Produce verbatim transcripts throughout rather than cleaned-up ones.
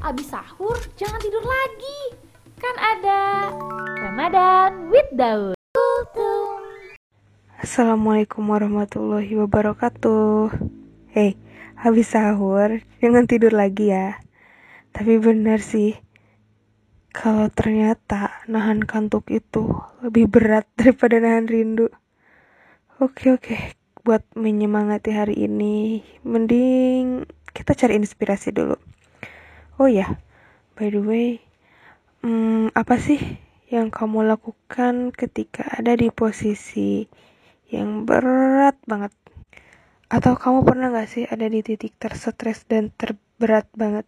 abis sahur jangan tidur lagi. Kan ada Ramadan with Daud. Assalamualaikum warahmatullahi wabarakatuh. Hei, habis sahur jangan tidur lagi ya. Tapi benar sih, kalau ternyata nahan kantuk itu lebih berat daripada nahan rindu. Oke oke, buat menyemangati hari ini, mending kita cari inspirasi dulu. Oh ya, by the way, hmm, apa sih yang kamu lakukan ketika ada di posisi yang berat banget? Atau kamu pernah gak sih ada di titik tersetres dan terberat banget?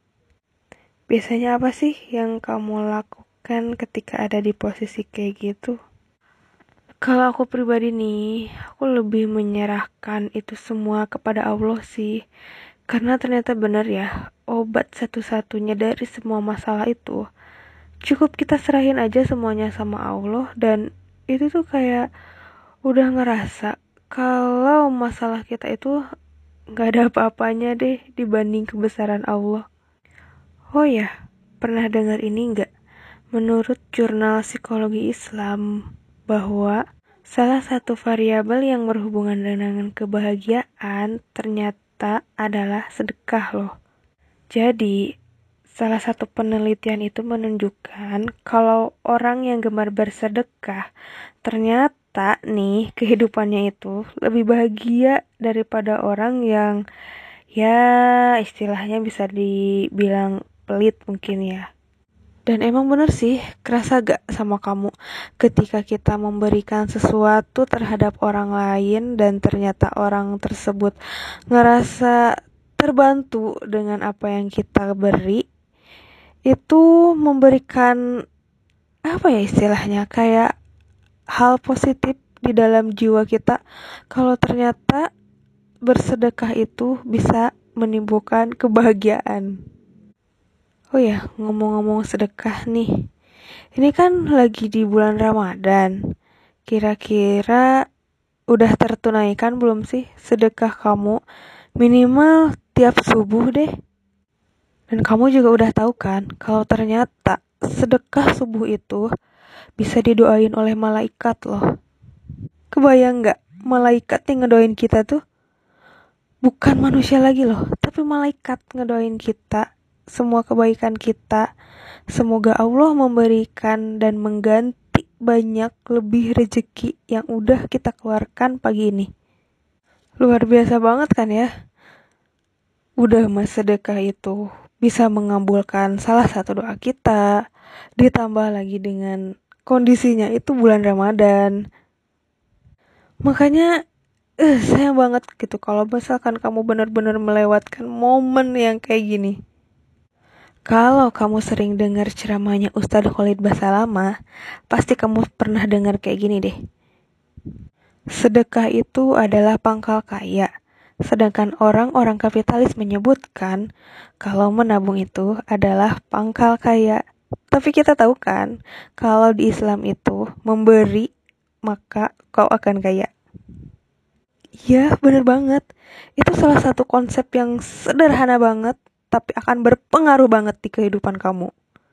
Biasanya apa sih yang kamu lakukan ketika ada di posisi kayak gitu? Kalau aku pribadi nih, aku lebih menyerahkan itu semua kepada Allah sih. Karena ternyata benar ya, obat satu-satunya dari semua masalah itu cukup kita serahin aja semuanya sama Allah. Dan itu tuh kayak udah ngerasa kalau masalah kita itu gak ada apa-apanya deh dibanding kebesaran Allah. Oh ya, pernah dengar ini gak? Menurut jurnal psikologi Islam, bahwa salah satu variabel yang berhubungan dengan kebahagiaan ternyata adalah sedekah loh. Jadi, salah satu penelitian itu menunjukkan kalau orang yang gemar bersedekah ternyata nih kehidupannya itu lebih bahagia daripada orang yang ya istilahnya bisa dibilang pelit mungkin ya. Dan emang bener sih, kerasa gak sama kamu ketika kita memberikan sesuatu terhadap orang lain dan ternyata orang tersebut ngerasa terbantu dengan apa yang kita beri, itu memberikan apa ya istilahnya, kayak hal positif di dalam jiwa kita kalau ternyata bersedekah itu bisa menimbulkan kebahagiaan. Oh ya, ngomong-ngomong sedekah nih, ini kan lagi di bulan Ramadan. Kira-kira udah tertunaikan belum sih sedekah kamu? Minimal tiap subuh deh. Dan kamu juga udah tahu kan kalau ternyata sedekah subuh itu bisa didoain oleh malaikat loh. Kebayang gak malaikat yang ngedoain kita tuh bukan manusia lagi loh, tapi malaikat ngedoain kita semua kebaikan kita. Semoga Allah memberikan dan mengganti banyak lebih rezeki yang udah kita keluarkan pagi ini. Luar biasa banget kan ya? Udah mas sedekah itu bisa mengabulkan salah satu doa kita, ditambah lagi dengan kondisinya itu bulan Ramadan. Makanya eh sayang banget gitu kalau misalkan kamu benar-benar melewatkan momen yang kayak gini. Kalau kamu sering dengar ceramahnya Ustadz Khalid Basalamah, pasti kamu pernah dengar kayak gini deh. Sedekah itu adalah pangkal kaya, sedangkan orang-orang kapitalis menyebutkan kalau menabung itu adalah pangkal kaya. Tapi kita tahu kan, kalau di Islam itu memberi maka kau akan kaya. Ya, bener banget. Itu salah satu konsep yang sederhana banget, tapi akan berpengaruh banget di kehidupan kamu.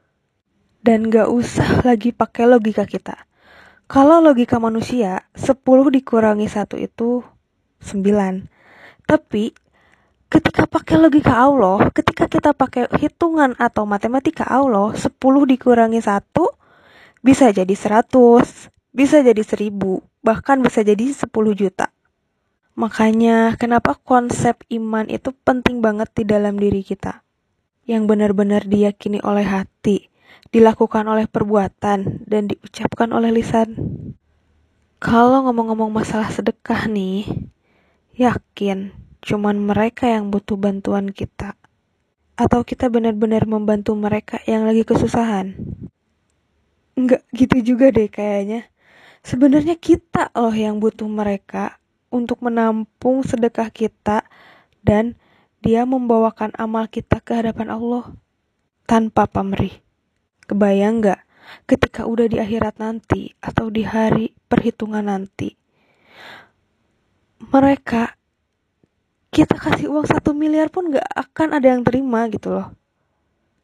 Dan gak usah lagi pakai logika kita. Kalau logika manusia, sepuluh dikurangi satu itu sembilan. Tapi ketika pakai logika Allah, ketika kita pakai hitungan atau matematika Allah, sepuluh dikurangi satu bisa jadi seratus, bisa jadi seribu, bahkan bisa jadi sepuluh juta. Makanya kenapa konsep iman itu penting banget di dalam diri kita. Yang benar-benar diyakini oleh hati, dilakukan oleh perbuatan, dan diucapkan oleh lisan. Kalau ngomong-ngomong masalah sedekah nih, yakin cuman mereka yang butuh bantuan kita? Atau kita benar-benar membantu mereka yang lagi kesusahan? Enggak gitu juga deh kayaknya. Sebenarnya kita loh yang butuh mereka untuk menampung sedekah kita dan dia membawakan amal kita ke hadapan Allah tanpa pamrih. Kebayang gak ketika udah di akhirat nanti atau di hari perhitungan nanti, mereka kita kasih uang satu miliar pun gak akan ada yang terima gitu loh.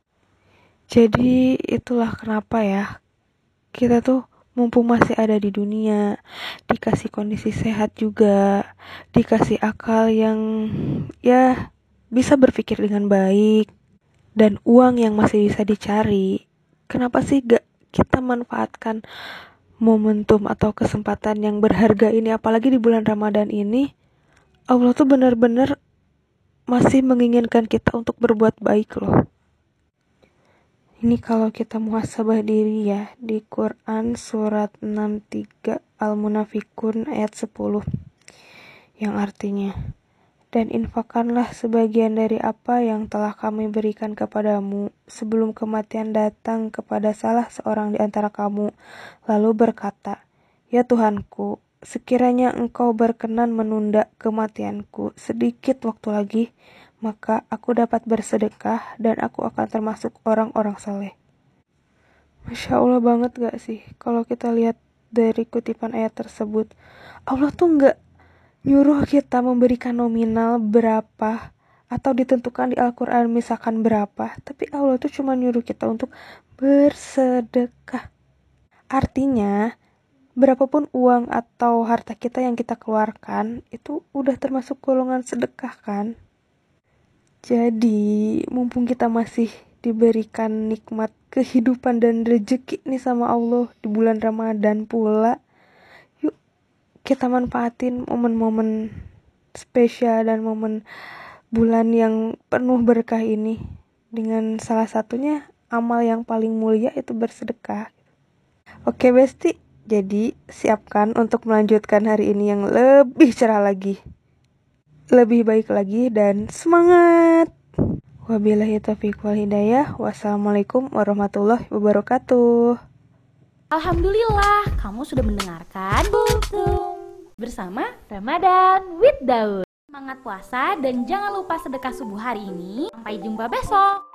Jadi itulah kenapa ya kita tuh mumpung masih ada di dunia, dikasih kondisi sehat juga, dikasih akal yang ya bisa berpikir dengan baik, dan uang yang masih bisa dicari, kenapa sih gak kita manfaatkan momentum atau kesempatan yang berharga ini, apalagi di bulan Ramadan ini. Allah tuh benar-benar masih menginginkan kita untuk berbuat baik loh. Ini kalau kita muhasabah diri ya, di Quran surat enam puluh tiga Al-Munafikun ayat sepuluh, yang artinya, dan infakkanlah sebagian dari apa yang telah kami berikan kepadamu sebelum kematian datang kepada salah seorang di antara kamu, lalu berkata, ya Tuhanku, sekiranya engkau berkenan menunda kematianku sedikit waktu lagi, maka aku dapat bersedekah dan aku akan termasuk orang-orang soleh. Masya Allah banget gak sih kalau kita lihat dari kutipan ayat tersebut. Allah tuh gak nyuruh kita memberikan nominal berapa atau ditentukan di Al-Quran misalkan berapa, tapi Allah tuh cuma nyuruh kita untuk bersedekah. Artinya berapapun uang atau harta kita yang kita keluarkan itu udah termasuk golongan sedekah kan. Jadi mumpung kita masih diberikan nikmat kehidupan dan rezeki nih sama Allah di bulan Ramadan pula, yuk kita manfaatin momen-momen spesial dan momen bulan yang penuh berkah ini dengan salah satunya amal yang paling mulia itu bersedekah. Oke Besti, jadi siapkan untuk melanjutkan hari ini yang lebih cerah lagi, lebih baik lagi, dan semangat. Wabillahi taufiq wal hidayah. Wassalamualaikum warahmatullahi wabarakatuh. Alhamdulillah, kamu sudah mendengarkan Bultung bersama Ramadan with Daud. Semangat puasa dan jangan lupa sedekah subuh hari ini. Sampai jumpa besok.